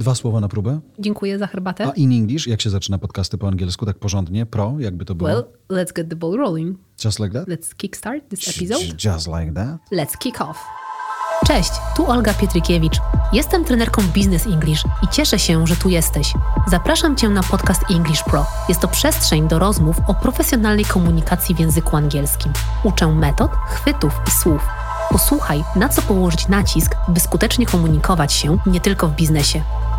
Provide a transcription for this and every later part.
2 słowa na próbę. Dziękuję za herbatę. A in English? Jak się zaczyna podcasty po angielsku? Tak porządnie? Jakby to było? Well, let's get the ball rolling. Just like that? Let's kickstart this episode. Just like that? Let's kick off. Cześć, tu Olga Pietrykiewicz. Jestem trenerką Business English i cieszę się, że tu jesteś. Zapraszam Cię na podcast English Pro. Jest to przestrzeń do rozmów o profesjonalnej komunikacji w języku angielskim. Uczę metod, chwytów i słów. Posłuchaj, na co położyć nacisk, by skutecznie komunikować się nie tylko w biznesie.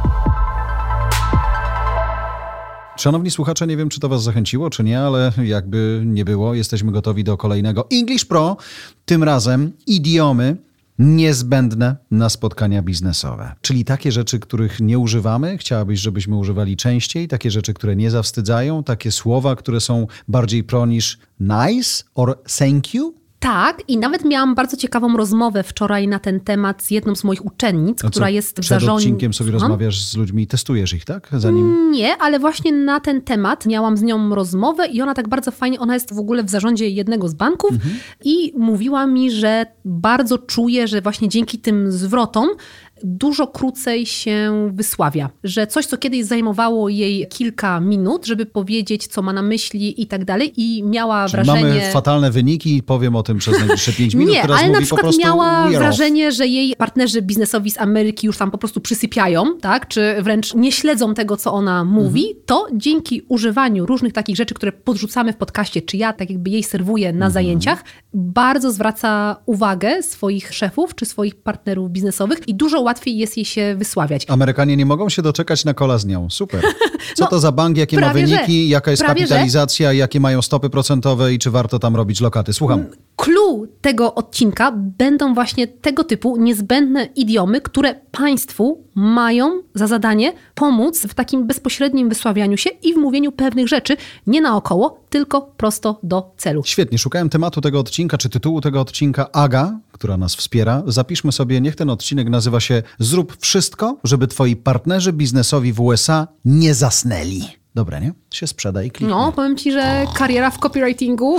Szanowni słuchacze, nie wiem, czy to was zachęciło, czy nie, ale jakby nie było, jesteśmy gotowi do kolejnego English Pro. Tym razem idiomy niezbędne na spotkania biznesowe. Czyli takie rzeczy, których nie używamy, chciałabyś, żebyśmy używali częściej, takie rzeczy, które nie zawstydzają, takie słowa, które są bardziej pro niż nice or thank you. Tak, i nawet miałam bardzo ciekawą rozmowę wczoraj na ten temat z jedną z moich uczennic, która jest w zarządzie. Przed odcinkiem sobie rozmawiasz z ludźmi i testujesz ich, tak? Nie, ale właśnie na ten temat miałam z nią rozmowę i ona tak bardzo fajnie, ona jest w ogóle w zarządzie jednego z banków i mówiła mi, że bardzo czuje, że właśnie dzięki tym zwrotom dużo krócej się wysławia. Że coś, co kiedyś zajmowało jej kilka minut, żeby powiedzieć, co ma na myśli i tak dalej i miała wrażenie... Mamy fatalne wyniki i powiem o tym przez najbliższe 5 minut. Nie, teraz ale mówi na przykład po prostu miała wrażenie, że jej partnerzy biznesowi z Ameryki już tam po prostu przysypiają, tak? Czy wręcz nie śledzą tego, co ona mówi, to dzięki używaniu różnych takich rzeczy, które podrzucamy w podcaście, czy ja tak jakby jej serwuję na zajęciach, bardzo zwraca uwagę swoich szefów, czy swoich partnerów biznesowych i dużo łatwiej jest jej się wysławiać. Amerykanie nie mogą się doczekać na kola z nią. Super. Co to za bank, jakie ma wyniki, jaka jest kapitalizacja, jakie mają stopy procentowe i czy warto tam robić lokaty? Słucham. Clue tego odcinka będą właśnie tego typu niezbędne idiomy, które państwu mają za zadanie pomóc w takim bezpośrednim wysławianiu się i w mówieniu pewnych rzeczy, nie naokoło, tylko prosto do celu. Świetnie, szukałem tematu tego odcinka, czy tytułu tego odcinka. Aga, która nas wspiera, zapiszmy sobie, niech ten odcinek nazywa się Zrób wszystko, żeby twoi partnerzy biznesowi w USA nie zasnęli. Dobra, nie? Się sprzeda i kliknie. No, powiem ci, że kariera w copywritingu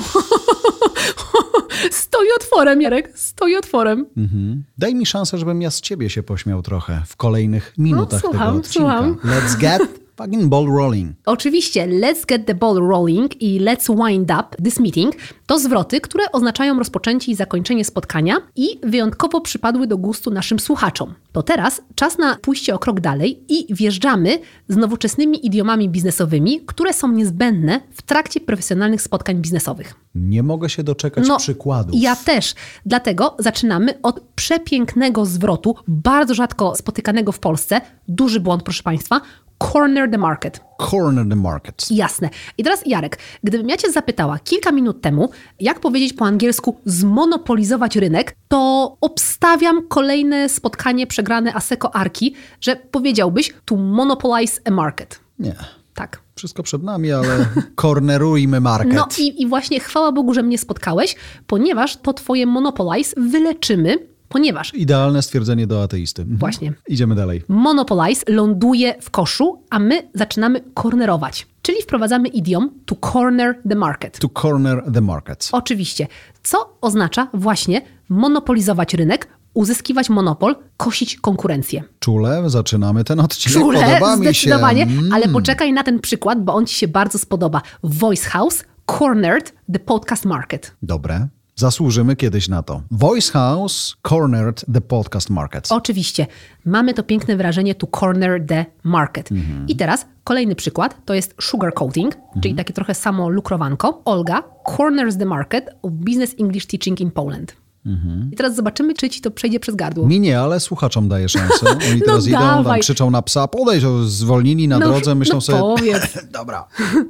stoi otworem, Jarek, stoi otworem. Daj mi szansę, żebym ja z ciebie się pośmiał trochę w kolejnych minutach tego odcinka. Słucham. Let's get fucking ball rolling. Oczywiście, let's get the ball rolling i let's wind up this meeting to zwroty, które oznaczają rozpoczęcie i zakończenie spotkania i wyjątkowo przypadły do gustu naszym słuchaczom. To teraz czas na pójście o krok dalej i wjeżdżamy z nowoczesnymi idiomami biznesowymi, które są niezbędne w trakcie profesjonalnych spotkań biznesowych. Nie mogę się doczekać przykładów. Ja też. Dlatego zaczynamy od przepięknego zwrotu, bardzo rzadko spotykanego w Polsce. Duży błąd, proszę Państwa. Corner the market. Corner the market. Jasne. I teraz Jarek, gdybym ja cię zapytała kilka minut temu, jak powiedzieć po angielsku zmonopolizować rynek, to obstawiam kolejne spotkanie przegrane Asseco Arki, że powiedziałbyś to monopolize a market. Nie. Tak. Wszystko przed nami, ale cornerujmy market. No i właśnie chwała Bogu, że mnie spotkałeś, ponieważ to twoje monopolize wyleczymy, ponieważ... Idealne stwierdzenie do ateisty. Właśnie. Idziemy dalej. Monopolize ląduje w koszu, a my zaczynamy cornerować. Czyli wprowadzamy idiom to corner the market. To corner the market. Oczywiście. Co oznacza właśnie monopolizować rynek, uzyskiwać monopol, kosić konkurencję. Czule, zaczynamy ten odcinek. Czule, podoba mi się. Zdecydowanie, ale poczekaj na ten przykład, bo on ci się bardzo spodoba. Voice House cornered the podcast market. Dobre. Zasłużymy kiedyś na to. Voice House cornered the podcast market. Oczywiście. Mamy to piękne wyrażenie to corner the market. I teraz kolejny przykład to jest sugarcoating, czyli takie trochę samo lukrowanko. Olga corners the market of business English teaching in Poland. I teraz zobaczymy, czy ci to przejdzie przez gardło. Mi nie, ale słuchaczom daję szansę. Oni teraz idą, tam krzyczą na psa, podejdź, zwolnili na drodze, myślą sobie... Powiedz. Dobra.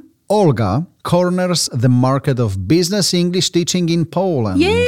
Olga corners the market of business English teaching in Poland. Yeah!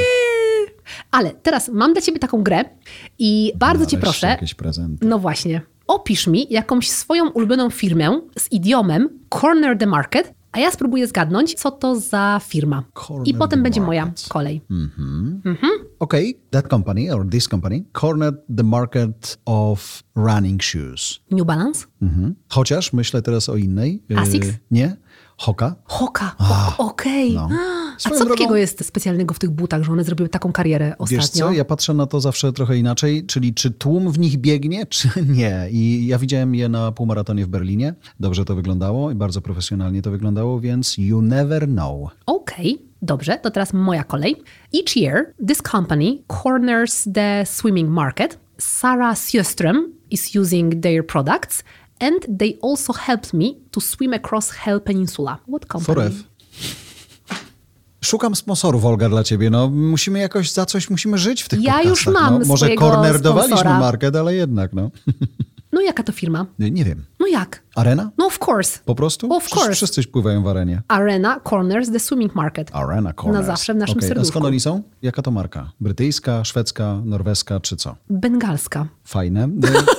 Ale teraz mam dla ciebie taką grę i bardzo cię proszę... jakieś prezenty. No właśnie. Opisz mi jakąś swoją ulubioną firmę z idiomem corner the market, a ja spróbuję zgadnąć, co to za firma. I potem będzie moja kolej. okay, that company or this company cornered the market of running shoes. New Balance? Chociaż myślę teraz o innej. Asics? Nie. Hoka. Hoka, okej. no. A Swoją co drogą- takiego jest specjalnego w tych butach, że one zrobiły taką karierę ostatnio? Wiesz co, ja patrzę na to zawsze trochę inaczej, czyli czy tłum w nich biegnie, czy nie. I ja widziałem je na półmaratonie w Berlinie. Dobrze to wyglądało i bardzo profesjonalnie to wyglądało, więc you never know. Okej, dobrze, to teraz moja kolej. Each year, this company corners the swimming market. Sarah Sjöström is using their products and they also helped me to swim across Hell Peninsula. What company? Forev. Szukam sponsorów, Olga, dla ciebie. No, musimy jakoś za coś musimy żyć w tych Ja podcastach. już mam no, może swojego cornerdowaliśmy sponsora. market, ale jednak, no. No jaka to firma? Nie wiem. No jak? Arena? No of course. Po prostu? Of Przecież course. wszyscy pływają w arenie. Arena corners the swimming market. Arena Corners. Na zawsze w naszym Okej, a serduszku. skąd oni są? Jaka to marka? Brytyjska, szwedzka, norweska czy co? Bengalska. Fajne.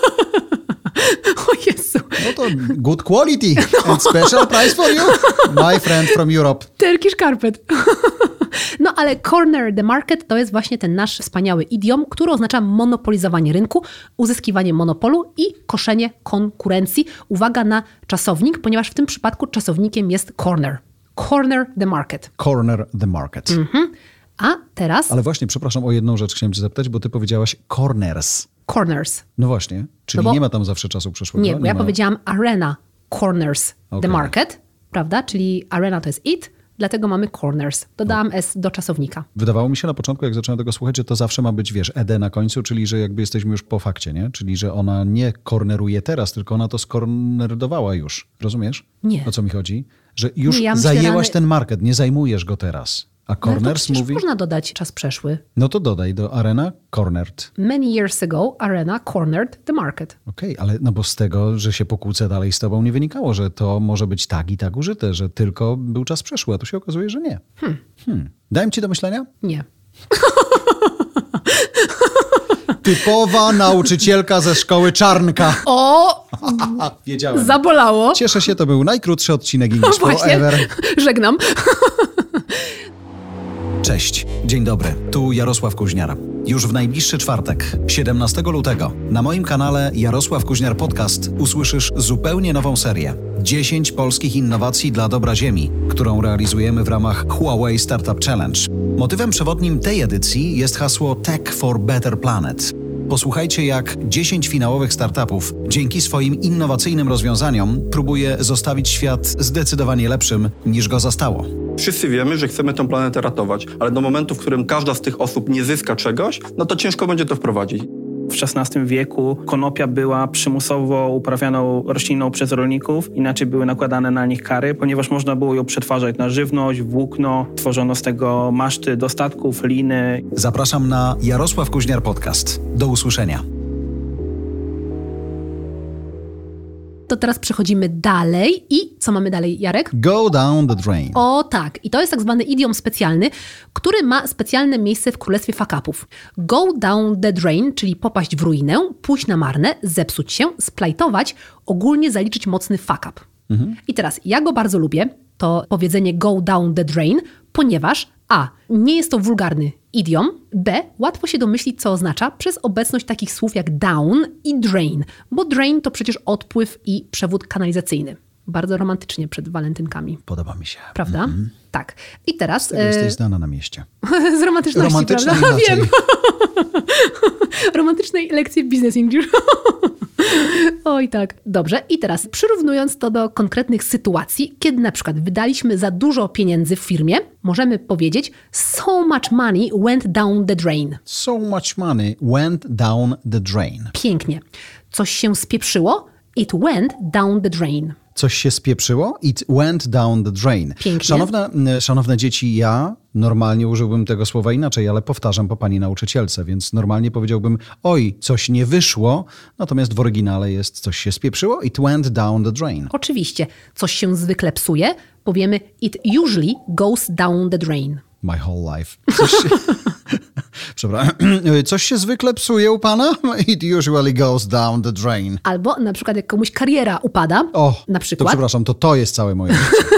O Jezu. No to good quality and special price for you, my friend from Europe. Turkish carpet. No ale corner the market to jest właśnie ten nasz wspaniały idiom, który oznacza monopolizowanie rynku, uzyskiwanie monopolu i koszenie konkurencji. Uwaga na czasownik, ponieważ w tym przypadku czasownikiem jest corner. Corner the market. Corner the market. A teraz Ale właśnie, przepraszam, o jedną rzecz chciałem cię zapytać, bo ty powiedziałaś corners. corners. No właśnie, czyli No bo- nie ma tam zawsze czasu przeszłego. Nie, bo ja ma... powiedziałam arena corners the Okej. market, prawda? Czyli arena to jest it, dlatego mamy corners. Dodałam s do czasownika. Wydawało mi się na początku, jak zacząłem tego słuchać, że to zawsze ma być, wiesz, ed na końcu, czyli że jakby jesteśmy już po fakcie, nie? Czyli że ona nie korneruje teraz, tylko ona to skornerdowała już. Rozumiesz? Nie. O co mi chodzi? Że już Nie, ja myślę, zajęłaś rany- ten market, nie zajmujesz go teraz. A No to corners przecież mówi... można dodać czas przeszły. No to dodaj do arena cornered. Many years ago, Arena cornered the market. Okej, ale no bo z tego, że się pokłócę dalej z tobą, nie wynikało, że to może być tak i tak użyte, że tylko był czas przeszły, a tu się okazuje, że nie. Dałem ci do myślenia? Nie. Typowa nauczycielka ze szkoły Czarnka. O, Wiedziałem. zabolało. Cieszę się, to był najkrótszy odcinek English Pro Właśnie. ever. Żegnam. Cześć, dzień dobry, tu Jarosław Kuźniar. Już w najbliższy czwartek, 17 lutego, na moim kanale Jarosław Kuźniar Podcast usłyszysz zupełnie nową serię. 10 polskich innowacji dla dobra Ziemi, którą realizujemy w ramach Huawei Startup Challenge. Motywem przewodnim tej edycji jest hasło Tech for Better Planet. Posłuchajcie, jak 10 finałowych startupów dzięki swoim innowacyjnym rozwiązaniom próbuje zostawić świat zdecydowanie lepszym niż go zastało. Wszyscy wiemy, że chcemy tę planetę ratować, ale do momentu, w którym każda z tych osób nie zyska czegoś, no to ciężko będzie to wprowadzić. W XVI wieku konopia była przymusowo uprawianą rośliną przez rolników, inaczej były nakładane na nich kary, ponieważ można było ją przetwarzać na żywność, włókno, tworzono z tego maszty do statków, liny. Zapraszam na Jarosław Kuźniar Podcast. Do usłyszenia. To teraz przechodzimy dalej. I co mamy dalej, Jarek? Go down the drain. O tak, i to jest tak zwany idiom specjalny, który ma specjalne miejsce w królestwie fuck-upów. Go down the drain, czyli popaść w ruinę, pójść na marne, zepsuć się, splajtować, ogólnie zaliczyć mocny fuck-up. I teraz, ja go bardzo lubię, to powiedzenie go down the drain, ponieważ a. Nie jest to wulgarny idiom, b. Łatwo się domyślić, co oznacza przez obecność takich słów jak down i drain, bo drain to przecież odpływ i przewód kanalizacyjny. Bardzo romantycznie przed walentynkami. Podoba mi się. Prawda? Tak. I teraz... Jesteś znana na mieście. z romantyczności, Romantycznej prawda? inaczej. Wiem. Romantycznej lekcji Business English. Oj tak. Dobrze. I teraz przyrównując to do konkretnych sytuacji, kiedy na przykład wydaliśmy za dużo pieniędzy w firmie, możemy powiedzieć so much money went down the drain. So much money went down the drain. Pięknie. Coś się spieprzyło? It went down the drain. Coś się spieprzyło? It went down the drain. Pięknie. Szanowne dzieci, ja normalnie użyłbym tego słowa inaczej, ale powtarzam po pani nauczycielce, więc normalnie powiedziałbym oj, coś nie wyszło, natomiast w oryginale jest coś się spieprzyło? It went down the drain. Oczywiście. Coś się zwykle psuje? Powiemy it usually goes down the drain. My whole life. Przepraszam. Coś się zwykle psuje u pana? It usually goes down the drain. Albo na przykład jak komuś kariera upada, O, na to przykład, przepraszam, to jest całe moje życie.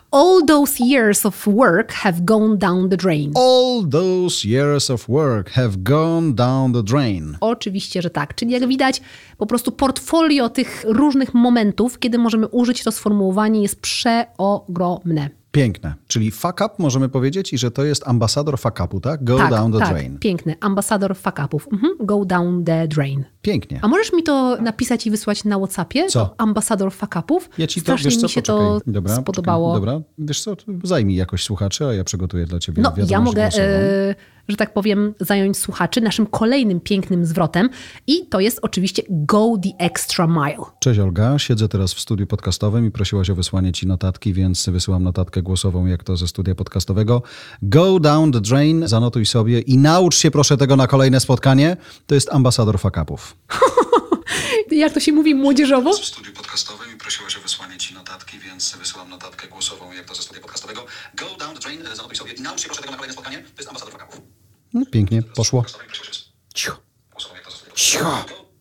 All those years of work have gone down the drain. All those years of work have gone down the drain. Oczywiście, że tak. Czyli jak widać, po prostu portfolio tych różnych momentów, kiedy możemy użyć to sformułowanie, jest przeogromne. Piękne. Czyli fuck up możemy powiedzieć i że to jest ambasador fuck upu, tak? Go down the drain. Piękny. Ambasador fuck upów. Go down the drain. Pięknie. A możesz mi to napisać i wysłać na WhatsAppie? Co? Ambasador fuck upów? Ja ci to, Strasznie wiesz co, mi się poczekaj. to Dobra, spodobało. Poczekaj. Dobra, wiesz co, zajmij jakoś słuchaczy, a ja przygotuję dla ciebie No, wiadomość ja mogę, głosową. że tak powiem, zająć słuchaczy naszym kolejnym pięknym zwrotem i to jest oczywiście go the extra mile. Cześć Olga, siedzę teraz w studiu podcastowym i prosiłaś o wysłanie ci notatki, więc wysyłam notatkę głosową, jak to ze studia podcastowego. Go down the drain, zanotuj sobie i naucz się proszę tego na kolejne spotkanie. To jest ambasador fuck upów. Jak to się mówi młodzieżowo? W studiu podcastowym i prosiłaś o wysłanie ci notatki, więc wysyłam notatkę głosową, jak to ze studia podcastowego. Go down the drain, zanotuj sobie i naucz się proszę tego na kolejne spotkanie. To jest ambasador fuck upów. No, pięknie, poszło. Cicho. Cicho.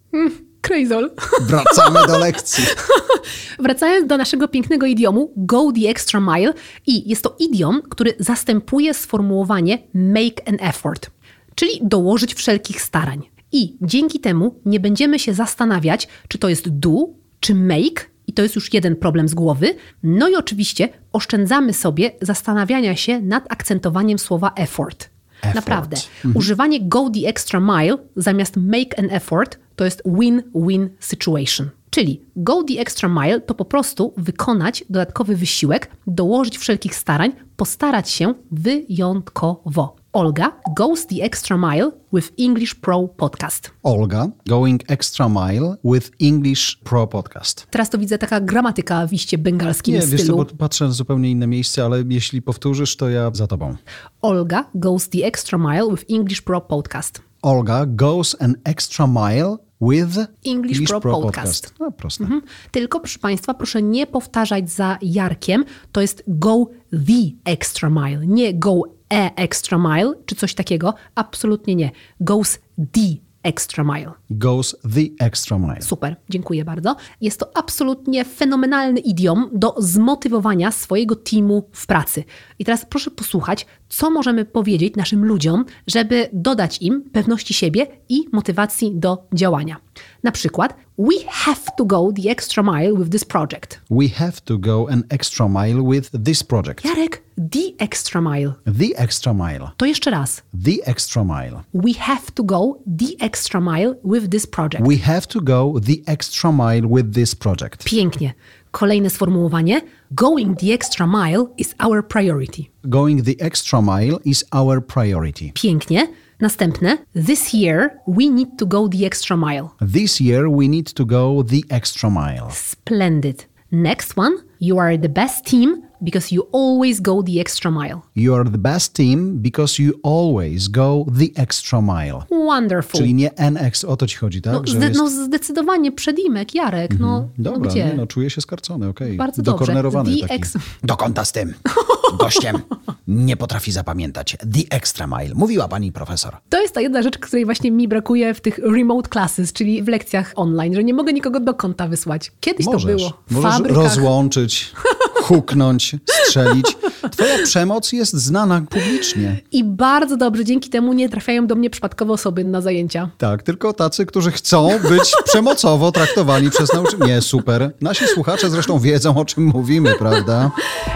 Krejzol. Wracamy do lekcji. Wracając do naszego pięknego idiomu go the extra mile i jest to idiom, który zastępuje sformułowanie make an effort, czyli dołożyć wszelkich starań. I dzięki temu nie będziemy się zastanawiać, czy to jest do, czy make, i to jest już jeden problem z głowy. No i oczywiście oszczędzamy sobie zastanawiania się nad akcentowaniem słowa effort. Naprawdę. Używanie go the extra mile zamiast make an effort to jest win-win situation. Czyli go the extra mile to po prostu wykonać dodatkowy wysiłek, dołożyć wszelkich starań, postarać się wyjątkowo. Olga goes the extra mile with English Pro Podcast. Olga going extra mile with English Pro Podcast. Teraz to widzę taka gramatyka w iście bengalskim Nie, stylu. wiesz co, bo patrzę na zupełnie inne miejsce, ale jeśli powtórzysz, to ja za tobą. Olga goes the extra mile with English Pro Podcast. Olga goes an extra mile with English Pro Podcast. No, proste. Tylko, proszę Państwa, proszę nie powtarzać za Jarkiem. To jest go the extra mile, nie go extra mile, czy coś takiego. Absolutnie nie. Goes the extra mile. Goes the extra mile. Super, dziękuję bardzo. Jest to absolutnie fenomenalny idiom do zmotywowania swojego teamu w pracy. I teraz proszę posłuchać, co możemy powiedzieć naszym ludziom, żeby dodać im pewności siebie i motywacji do działania. Na przykład, we have to go the extra mile with this project. We have to go an extra mile with this project. Jarek, the extra mile. The extra mile. To jeszcze raz. The extra mile. We have to go the extra mile with this project. We have to go the extra mile with this project. Pięknie. Kolejne sformułowanie. Going the extra mile is our priority. Going the extra mile is our priority. Pięknie. Następne. This year we need to go the extra mile. This year we need to go the extra mile. Splendid. Next one. You are the best team because you always go the extra mile. You are the best team because you always go the extra mile. Wonderful. Czyli nie NX, o to ci chodzi, tak? No zdecydowanie przedimek, Jarek. Dobra, no gdzie? nie, czuję się skarcony, okej. Bardzo dobrze. Dokornerowany The taki. Do kąta z tym gościem. Nie potrafi zapamiętać. The extra mile. Mówiła pani profesor. To jest ta jedna rzecz, której właśnie mi brakuje w tych remote classes, czyli w lekcjach online, że nie mogę nikogo do konta wysłać. Kiedyś to było. W Możesz fabrykach. rozłączyć, huknąć, strzelić. Twoja przemoc jest znana publicznie. I bardzo dobrze, dzięki temu nie trafiają do mnie przypadkowe osoby na zajęcia. Tak, tylko tacy, którzy chcą być przemocowo traktowani przez nauczycieli. Nie, super. Nasi słuchacze zresztą wiedzą, o czym mówimy, prawda?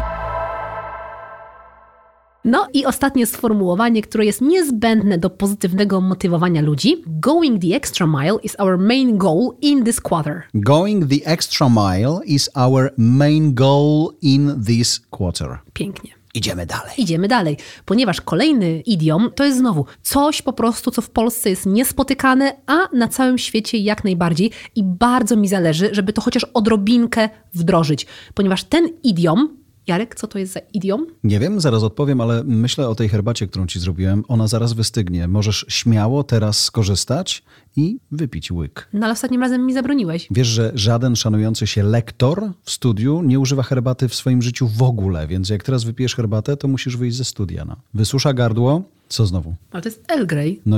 No i ostatnie sformułowanie, które jest niezbędne do pozytywnego motywowania ludzi. Going the extra mile is our main goal in this quarter. Going the extra mile is our main goal in this quarter. Pięknie. Idziemy dalej. Idziemy dalej, ponieważ kolejny idiom to jest znowu coś po prostu, co w Polsce jest niespotykane, a na całym świecie jak najbardziej i bardzo mi zależy, żeby to chociaż odrobinkę wdrożyć, ponieważ ten idiom, Jarek, co to jest za idiom? Nie wiem, zaraz odpowiem, ale myślę o tej herbacie, którą ci zrobiłem. Ona zaraz wystygnie. Możesz śmiało teraz skorzystać i wypić łyk. No ale ostatnim razem mi zabroniłeś. Wiesz, że żaden szanujący się lektor w studiu nie używa herbaty w swoim życiu w ogóle, więc jak teraz wypijesz herbatę, to musisz wyjść ze studia. No. Wysusza gardło. Co znowu? Ale to jest Earl Grey. No i?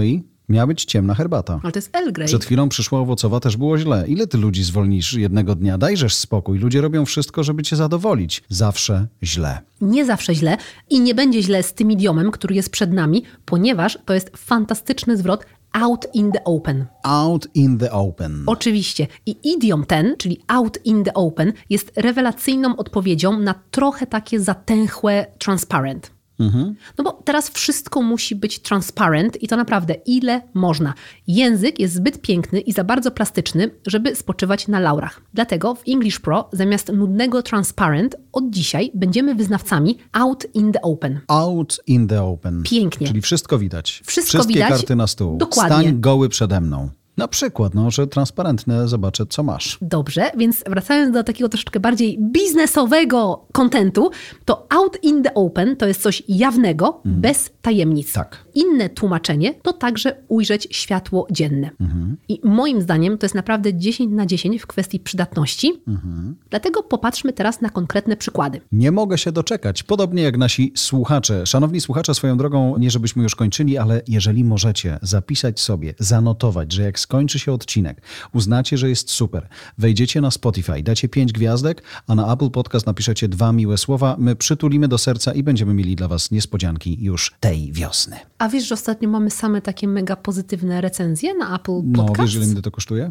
Miała być ciemna herbata. Ale to jest Earl Grey. Przed chwilą przyszła owocowa, też było źle. Ile ty ludzi zwolnisz jednego dnia? Dajżesz spokój. Ludzie robią wszystko, żeby cię zadowolić. Zawsze źle. Nie zawsze źle i nie będzie źle z tym idiomem, który jest przed nami, ponieważ to jest fantastyczny zwrot out in the open. Out in the open. Oczywiście. I idiom ten, czyli out in the open, jest rewelacyjną odpowiedzią na trochę takie zatęchłe transparent. No bo teraz wszystko musi być transparent i to naprawdę ile można. Język jest zbyt piękny i za bardzo plastyczny, żeby spoczywać na laurach. Dlatego w English Pro zamiast nudnego transparent od dzisiaj będziemy wyznawcami out in the open. Out in the open. Pięknie. Czyli wszystko widać. Wszystkie widać. Karty na stół. Dokładnie. Stań goły przede mną. Na przykład, że transparentne, zobaczę, co masz. Dobrze, więc wracając do takiego troszeczkę bardziej biznesowego kontentu, to out in the open to jest coś jawnego, bez tajemnic. Tak. Inne tłumaczenie to także ujrzeć światło dzienne. I moim zdaniem to jest naprawdę 10 na 10 w kwestii przydatności. Dlatego popatrzmy teraz na konkretne przykłady. Nie mogę się doczekać. Podobnie jak nasi słuchacze. Szanowni słuchacze, swoją drogą, nie żebyśmy już kończyli, ale jeżeli możecie zapisać sobie, zanotować, że jak skończy się odcinek, uznacie, że jest super, wejdziecie na Spotify, dacie 5 gwiazdek, a na Apple Podcast napiszecie 2 miłe słowa, my przytulimy do serca i będziemy mieli dla was niespodzianki już tej wiosny. A wiesz, że ostatnio mamy same takie mega pozytywne recenzje na Apple No, Podcast? wiesz, ile mi to kosztuje?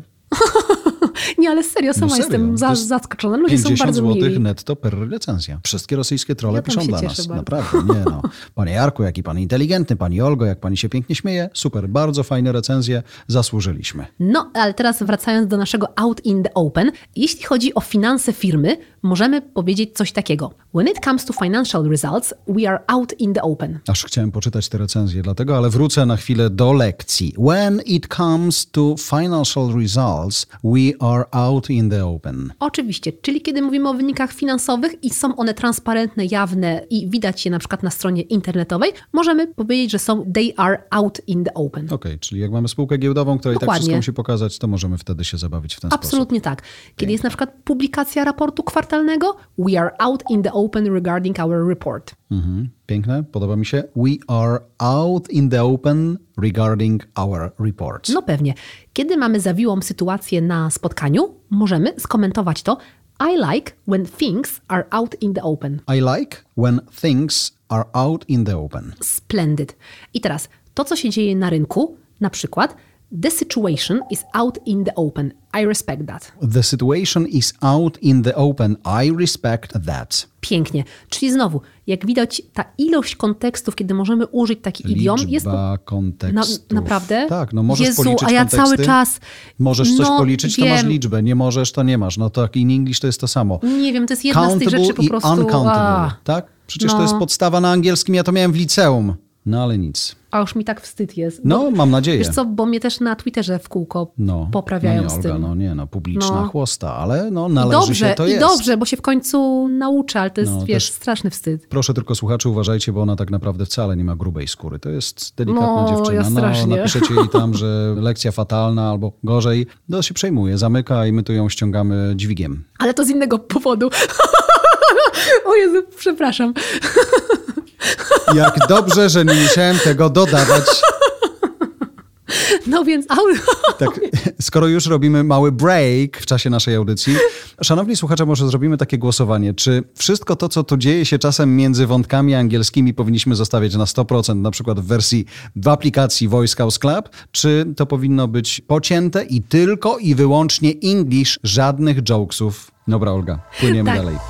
Nie, ale serio, sama jestem zaskoczona. Ludzie są bardzo 50 zł mili. netto per recenzja. Wszystkie rosyjskie trolle Ja tam piszą się dla cieszę nas. bardzo. Naprawdę, nie no. Panie Jarku, jaki pan inteligentny, pani Olgo, jak pani się pięknie śmieje. Super, bardzo fajne recenzje, zasłużyliśmy. No, ale teraz wracając do naszego out in the open. Jeśli chodzi o finanse firmy, możemy powiedzieć coś takiego. When it comes to financial results, we are out in the open. Aż chciałem poczytać te recenzje dlatego, ale wrócę na chwilę do lekcji. When it comes to financial results, we are out in the open. Oczywiście, czyli kiedy mówimy o wynikach finansowych i są one transparentne, jawne i widać je na przykład na stronie internetowej, możemy powiedzieć, że są they are out in the open. Okej, czyli jak mamy spółkę giełdową, która i tak Dokładnie. wszystko musi pokazać, to możemy wtedy się zabawić w ten sposób. Absolutnie tak. Kiedy jest na przykład publikacja raportu kwartalnego, we are out in the open regarding our report. Piękne, podoba mi się. We are out in the open regarding our reports. No pewnie. Kiedy mamy zawiłą sytuację na spotkaniu, możemy skomentować to I like when things are out in the open. I like when things are out in the open. Splendid. I teraz to, co się dzieje na rynku, na przykład the situation is out in the open. I respect that. The situation is out in the open. I respect that. Pięknie. Czyli znowu, jak widać, ta ilość kontekstów, kiedy możemy użyć taki idiom, jest kontekstów. Naprawdę? Tak, no możesz Jezu, policzyć a ja konteksty. cały czas... Możesz coś No, policzyć, to wiem. masz liczbę. Nie możesz, to nie masz. No tak, in English to jest to samo. Nie wiem, to jest jedna z tych Countable rzeczy po i prostu... uncountable. Tak? Przecież to jest podstawa na angielskim. Ja to miałem w liceum. No ale nic. A już mi tak wstyd jest. No, mam nadzieję. Wiesz co, bo mnie też na Twitterze w kółko poprawiają no nie, z Olga, tym. publiczna chłosta, ale należy się to jest. Dobrze, bo się w końcu nauczę, ale to jest, też straszny wstyd. Proszę tylko słuchacze, uważajcie, bo ona tak naprawdę wcale nie ma grubej skóry. To jest delikatna dziewczyna. Ja strasznie. Napiszecie jej tam, że lekcja fatalna albo gorzej. To się przejmuje, zamyka i my tu ją ściągamy dźwigiem. Ale to z innego powodu. O Jezu, przepraszam. Jak dobrze, że nie musiałem tego dodawać. No więc... Tak, skoro już robimy mały break w czasie naszej audycji, szanowni słuchacze, może zrobimy takie głosowanie. Czy wszystko to, co tu dzieje się czasem między wątkami angielskimi, powinniśmy zostawiać na 100%, na przykład w wersji w aplikacji Voice House Club, czy to powinno być pocięte i tylko i wyłącznie English, żadnych jokesów? Dobra, Olga, płyniemy Tak. dalej.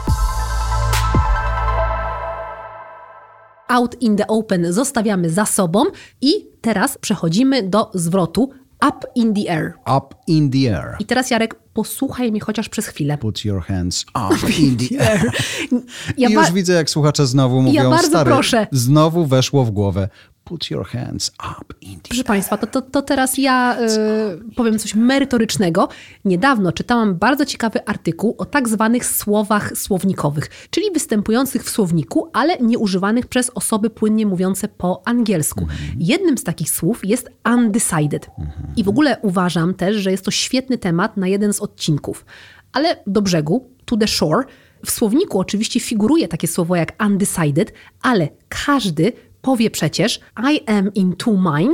Out in the open zostawiamy za sobą i teraz przechodzimy do zwrotu up in the air. Up in the air. I teraz, Jarek, posłuchaj mnie chociaż przez chwilę. Put your hands up in the air. Ja I już widzę, jak słuchacze znowu mówią, bardzo stary, proszę. znowu weszło w głowę. Put your hands up in the Proszę Państwa, to teraz ja powiem coś merytorycznego. Niedawno czytałam bardzo ciekawy artykuł o tak zwanych słowach słownikowych, czyli występujących w słowniku, ale nieużywanych przez osoby płynnie mówiące po angielsku. Jednym z takich słów jest undecided. I w ogóle uważam też, że jest to świetny temat na jeden z odcinków. Ale do brzegu, to the shore, w słowniku oczywiście figuruje takie słowo jak undecided, ale każdy powie przecież I am in two minds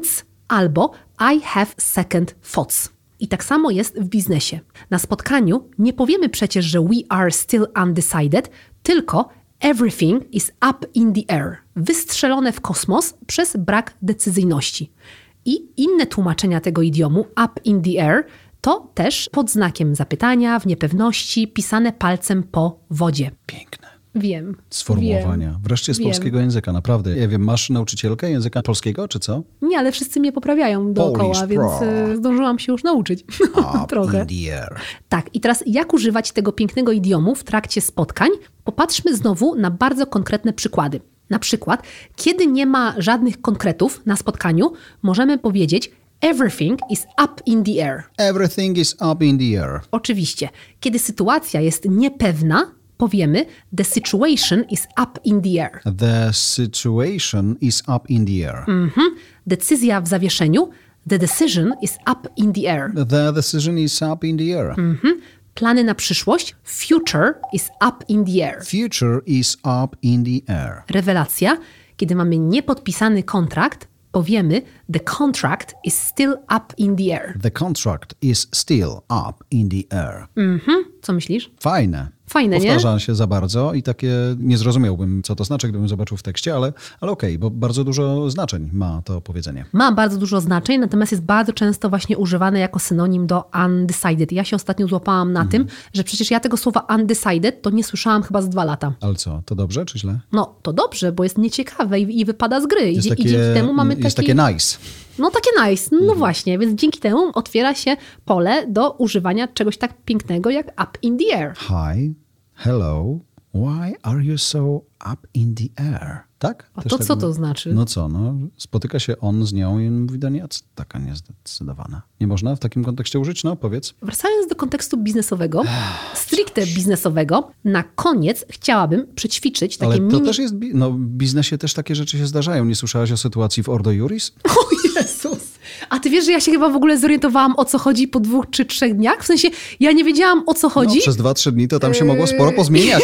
albo I have second thoughts. I tak samo jest w biznesie. Na spotkaniu nie powiemy przecież, że we are still undecided, tylko everything is up in the air. Wystrzelone w kosmos przez brak decyzyjności. I inne tłumaczenia tego idiomu up in the air to też pod znakiem zapytania, w niepewności, pisane palcem po wodzie. Piękne. Wiem. Sformułowania. Wreszcie z polskiego języka, naprawdę. Ja wiem, masz nauczycielkę języka polskiego, czy co? Nie, ale wszyscy mnie poprawiają dookoła, Polish więc pro. zdążyłam się już nauczyć. Trochę. In the air. Tak, i teraz jak używać tego pięknego idiomu w trakcie spotkań? Popatrzmy znowu na bardzo konkretne przykłady. Na przykład, kiedy nie ma żadnych konkretów na spotkaniu, możemy powiedzieć everything is up in the air. Everything is up in the air. Oczywiście, kiedy sytuacja jest niepewna, powiemy the situation is up in the air. The situation is up in the air. Decyzja w zawieszeniu, the decision is up in the air. The decision is up in the air. Plany na przyszłość, future is up in the air. Future is up in the air. Rewelacja, kiedy mamy niepodpisany kontrakt, powiemy the contract is still up in the air. The contract is still up in the air. Co myślisz? Fajne. Fajne, nie? Powtarza się za bardzo i takie nie zrozumiałbym, co to znaczy, gdybym zobaczył w tekście, ale okej, bo bardzo dużo znaczeń ma to powiedzenie. Ma bardzo dużo znaczeń, natomiast jest bardzo często właśnie używane jako synonim do undecided. Ja się ostatnio złapałam na tym, że przecież ja tego słowa undecided to nie słyszałam chyba z 2 lata. Ale co, to dobrze czy źle? No, to dobrze, bo jest nieciekawe i wypada z gry. Jest I dzięki temu mamy jest takie nice. No takie nice, no właśnie, więc dzięki temu otwiera się pole do używania czegoś tak pięknego jak up in the air. Hi, hello, why are you so up in the air? Tak? A Też to tak co mówi? to znaczy? No co, spotyka się on z nią i mówi do niej, a co taka niezdecydowana. Nie można w takim kontekście użyć? No, powiedz. Wracając do kontekstu biznesowego, stricte biznesowego, na koniec chciałabym przećwiczyć takie Ale to mini... też jest, w biznesie też takie rzeczy się zdarzają. Nie słyszałaś o sytuacji w Ordo Iuris? O Jezus! A ty wiesz, że ja się chyba w ogóle zorientowałam, o co chodzi po 2 czy 3 dniach? W sensie, ja nie wiedziałam, o co chodzi. No, przez 2-3 dni to tam się mogło sporo pozmieniać.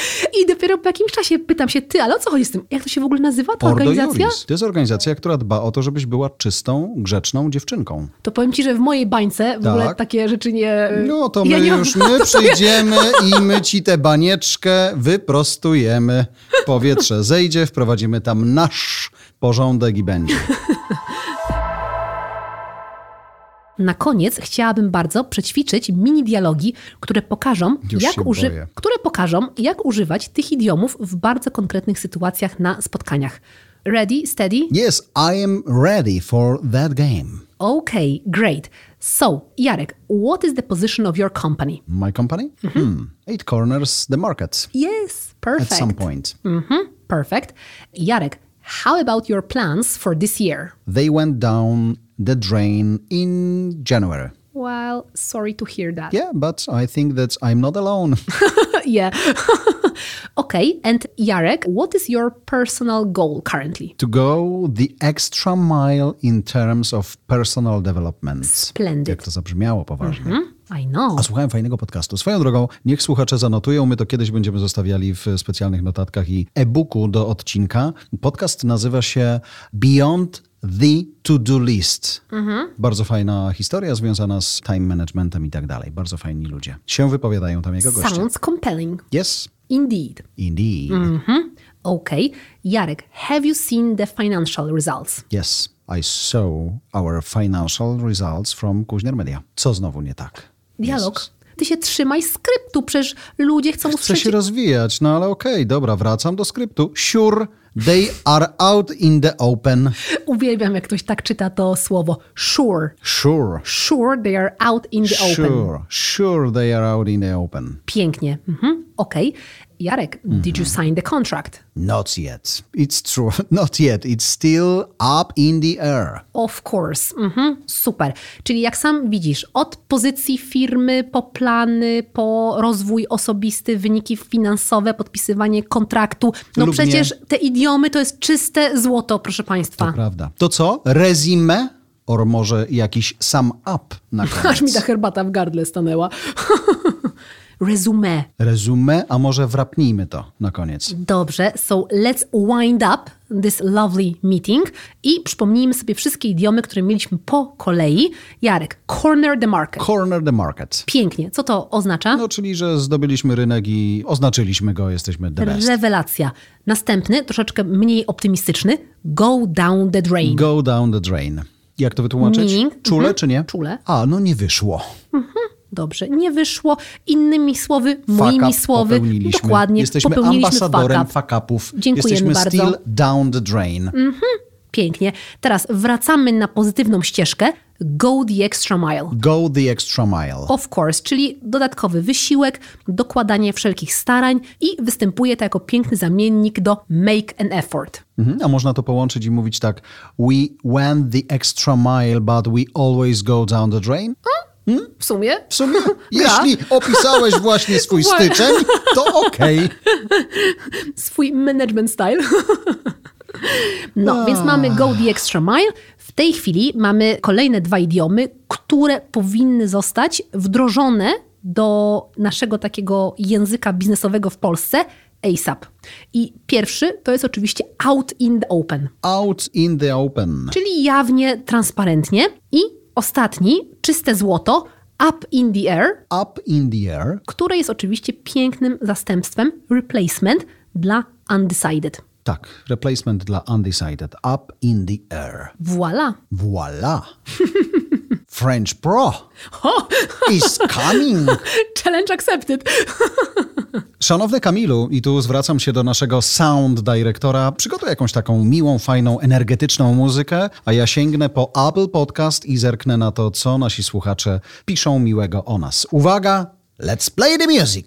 I dopiero po jakimś czasie pytam się, ty, ale o co chodzi z tym? Jak to się w ogóle nazywa, ta Ordo organizacja? Iuris. To jest organizacja, która dba o to, żebyś była czystą, grzeczną dziewczynką. To powiem ci, że w mojej bańce w ogóle Tak. takie rzeczy nie... No to ja my nie mam- już przyjdziemy i my ci tę banieczkę wyprostujemy. Powietrze zejdzie, wprowadzimy tam nasz porządek i będzie. Na koniec chciałabym bardzo przećwiczyć mini dialogi, które pokażą, Już się boję. jak używać tych idiomów w bardzo konkretnych sytuacjach na spotkaniach. Ready, steady? Yes, I am ready for that game. Okay, great. So, Jarek, what is the position of your company? My company? It corners the market Yes, perfect. at some point. Perfect. Jarek, how about your plans for this year? They went down the drain in January. Well, sorry to hear that. Yeah, but I think that I'm not alone. Yeah. Okay, and Jarek, what is your personal goal currently? To go the extra mile in terms of personal development. Splendid. Jak to zabrzmiało poważnie. I know. A słuchałem fajnego podcastu. Swoją drogą, niech słuchacze zanotują, my to kiedyś będziemy zostawiali w specjalnych notatkach i e-booku do odcinka. Podcast nazywa się Beyond the To-Do List. Bardzo fajna historia związana z time managementem i tak dalej. Bardzo fajni ludzie. Się wypowiadają tam jego goście. Sounds compelling. Yes, Indeed. indeed. Okay. Jarek, have you seen the financial results? Yes, I saw our financial results from Kuźner Media. Co znowu nie tak? Dialog. Jezus. Ty się trzymaj skryptu, przecież ludzie chcą Chcę usłyszeć... się rozwijać, no ale okej, dobra, wracam do skryptu. Sure, they are out in the open. Uwielbiam, jak ktoś tak czyta to słowo. Sure. Sure. Sure, they are out in the open. Sure they are out in the open. Pięknie. Okej. Jarek, did you sign the contract? Not yet. It's true. Not yet. It's still up in the air. Of course. Super. Czyli jak sam widzisz, od pozycji firmy, po plany, po rozwój osobisty, wyniki finansowe, podpisywanie kontraktu. No Lub przecież nie. te idiomy to jest czyste złoto, proszę państwa. To prawda. To co? Resume? Or może jakiś sum up na koniec? Aż mi ta herbata w gardle stanęła. resume. Resume, a może wrapnijmy to na koniec. Dobrze, so let's wind up this lovely meeting i przypomnijmy sobie wszystkie idiomy, które mieliśmy po kolei. Jarek, corner the market. Corner the market. Pięknie. Co to oznacza? No, czyli, że zdobyliśmy rynek i oznaczyliśmy go, jesteśmy the best. Rewelacja. Następny, troszeczkę mniej optymistyczny, go down the drain. Go down the drain. Jak to wytłumaczyć? Meaning? Czule czy nie? Czule. A, no nie wyszło. Dobrze, nie wyszło. Innymi słowy, Fuck moimi up słowy. popełniliśmy. Dokładnie, Jesteśmy popełniliśmy ambasadorem fuck up. fuck-upów. Dziękujemy Jesteśmy bardzo. still down the drain. Pięknie. Teraz wracamy na pozytywną ścieżkę. Go the extra mile. Go the extra mile. Of course, czyli dodatkowy wysiłek, dokładanie wszelkich starań i występuje to jako piękny zamiennik do make an effort. A można to połączyć i mówić tak: we went the extra mile, but we always go down the drain? W sumie? W sumie, jeśli opisałeś właśnie swój styczeń, to okej. Swój management style. No, więc mamy go the extra mile. W tej chwili mamy kolejne 2 idiomy, które powinny zostać wdrożone do naszego takiego języka biznesowego w Polsce ASAP. I pierwszy to jest oczywiście out in the open. Out in the open. Czyli jawnie, transparentnie. I ostatni, czyste złoto, up in the air, Up in the air. które jest oczywiście pięknym zastępstwem, replacement dla undecided. Tak, replacement dla undecided. Up in the air. Voilà. Voila. French Pro is coming. Challenge accepted. Szanowny Kamilu, i tu zwracam się do naszego sound dyrektora, przygotuj jakąś taką miłą, fajną, energetyczną muzykę, a ja sięgnę po Apple Podcast i zerknę na to, co nasi słuchacze piszą miłego o nas. Uwaga, let's play the music!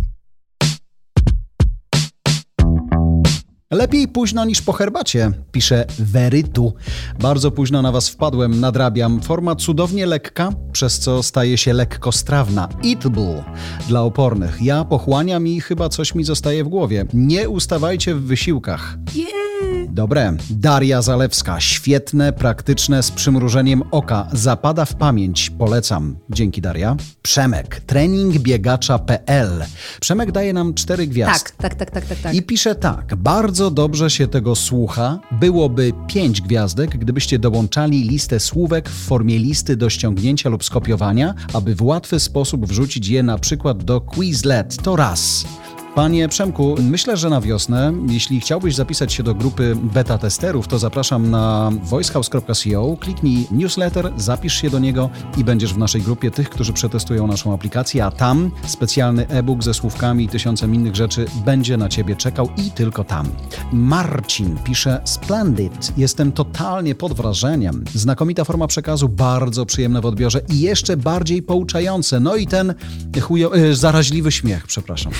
Lepiej późno niż po herbacie, pisze Verytu. Bardzo późno na was wpadłem, nadrabiam. Forma cudownie lekka, przez co staje się lekkostrawna. Eatable dla opornych. Ja pochłaniam i chyba coś mi zostaje w głowie. Nie ustawajcie w wysiłkach. Dobre. Daria Zalewska. Świetne, praktyczne, z przymrużeniem oka. Zapada w pamięć. Polecam. Dzięki, Daria. Przemek. Treningbiegacza.pl. Przemek daje nam 4 gwiazd. Tak. I pisze tak. Bardzo dobrze się tego słucha. Byłoby 5 gwiazdek, gdybyście dołączali listę słówek w formie listy do ściągnięcia lub skopiowania, aby w łatwy sposób wrzucić je na przykład do Quizlet. To raz. Panie Przemku, myślę, że na wiosnę, jeśli chciałbyś zapisać się do grupy beta testerów, to zapraszam na voicehouse.co, kliknij newsletter, zapisz się do niego i będziesz w naszej grupie tych, którzy przetestują naszą aplikację, a tam specjalny e-book ze słówkami i 1000 innych rzeczy będzie na ciebie czekał i tylko tam. Marcin pisze: Splendid, jestem totalnie pod wrażeniem. Znakomita forma przekazu, bardzo przyjemne w odbiorze i jeszcze bardziej pouczające. No i ten zaraźliwy śmiech, przepraszam.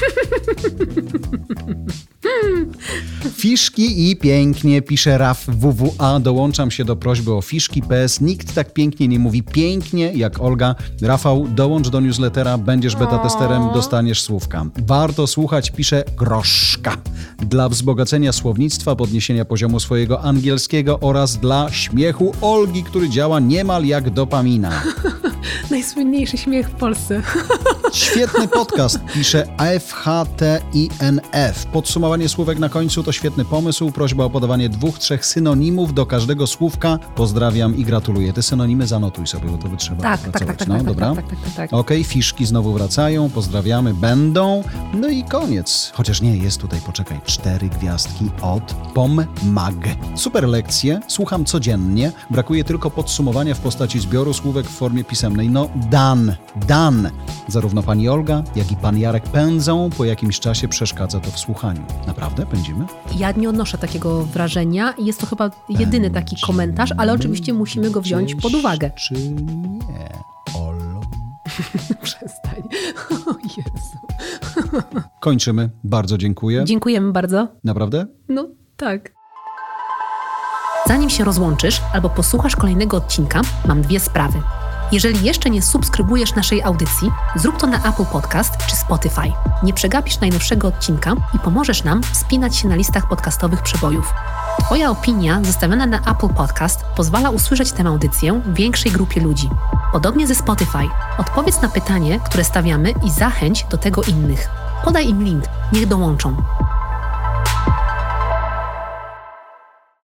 Fiszki i pięknie, pisze Raf WWA. Dołączam się do prośby o fiszki. PS. Nikt tak pięknie nie mówi pięknie jak Olga. Rafał, dołącz do newslettera, będziesz beta-testerem, dostaniesz słówka. Warto słuchać, pisze Groszka. Dla wzbogacenia słownictwa, podniesienia poziomu swojego angielskiego oraz dla śmiechu Olgi, który działa niemal jak dopamina. Najsłynniejszy śmiech w Polsce. Świetny podcast, pisze FHTINF. Podsumowanie słówek na końcu to świetny pomysł. Prośba o podawanie 2-3 synonimów do każdego słówka. Pozdrawiam i gratuluję. Te synonimy zanotuj sobie, bo to by trzeba pracować. Tak. Dobra? Tak. Okej, fiszki znowu wracają. Pozdrawiamy, będą. No i koniec. Chociaż nie, jest tutaj, poczekaj, 4 gwiazdki od PomMag. Super lekcje, słucham codziennie. Brakuje tylko podsumowania w postaci zbioru słówek w formie pisemnej. No, done. Zarówno pani Olga, jak i pan Jarek pędzą. Po jakimś czasie przeszkadza to w słuchaniu. Naprawdę? Pędzimy? Ja nie odnoszę takiego wrażenia i jest to chyba jedyny taki komentarz, ale oczywiście musimy go wziąć pod uwagę. Czy nie, Olu? Przestań. O Jezu. Kończymy. Bardzo dziękuję. Dziękujemy bardzo. Naprawdę? No, tak. Zanim się rozłączysz albo posłuchasz kolejnego odcinka, mam 2 sprawy. Jeżeli jeszcze nie subskrybujesz naszej audycji, zrób to na Apple Podcast czy Spotify. Nie przegapisz najnowszego odcinka i pomożesz nam wspinać się na listach podcastowych przebojów. Twoja opinia zostawiona na Apple Podcast pozwala usłyszeć tę audycję większej grupie ludzi. Podobnie ze Spotify. Odpowiedz na pytanie, które stawiamy i zachęć do tego innych. Podaj im link, niech dołączą.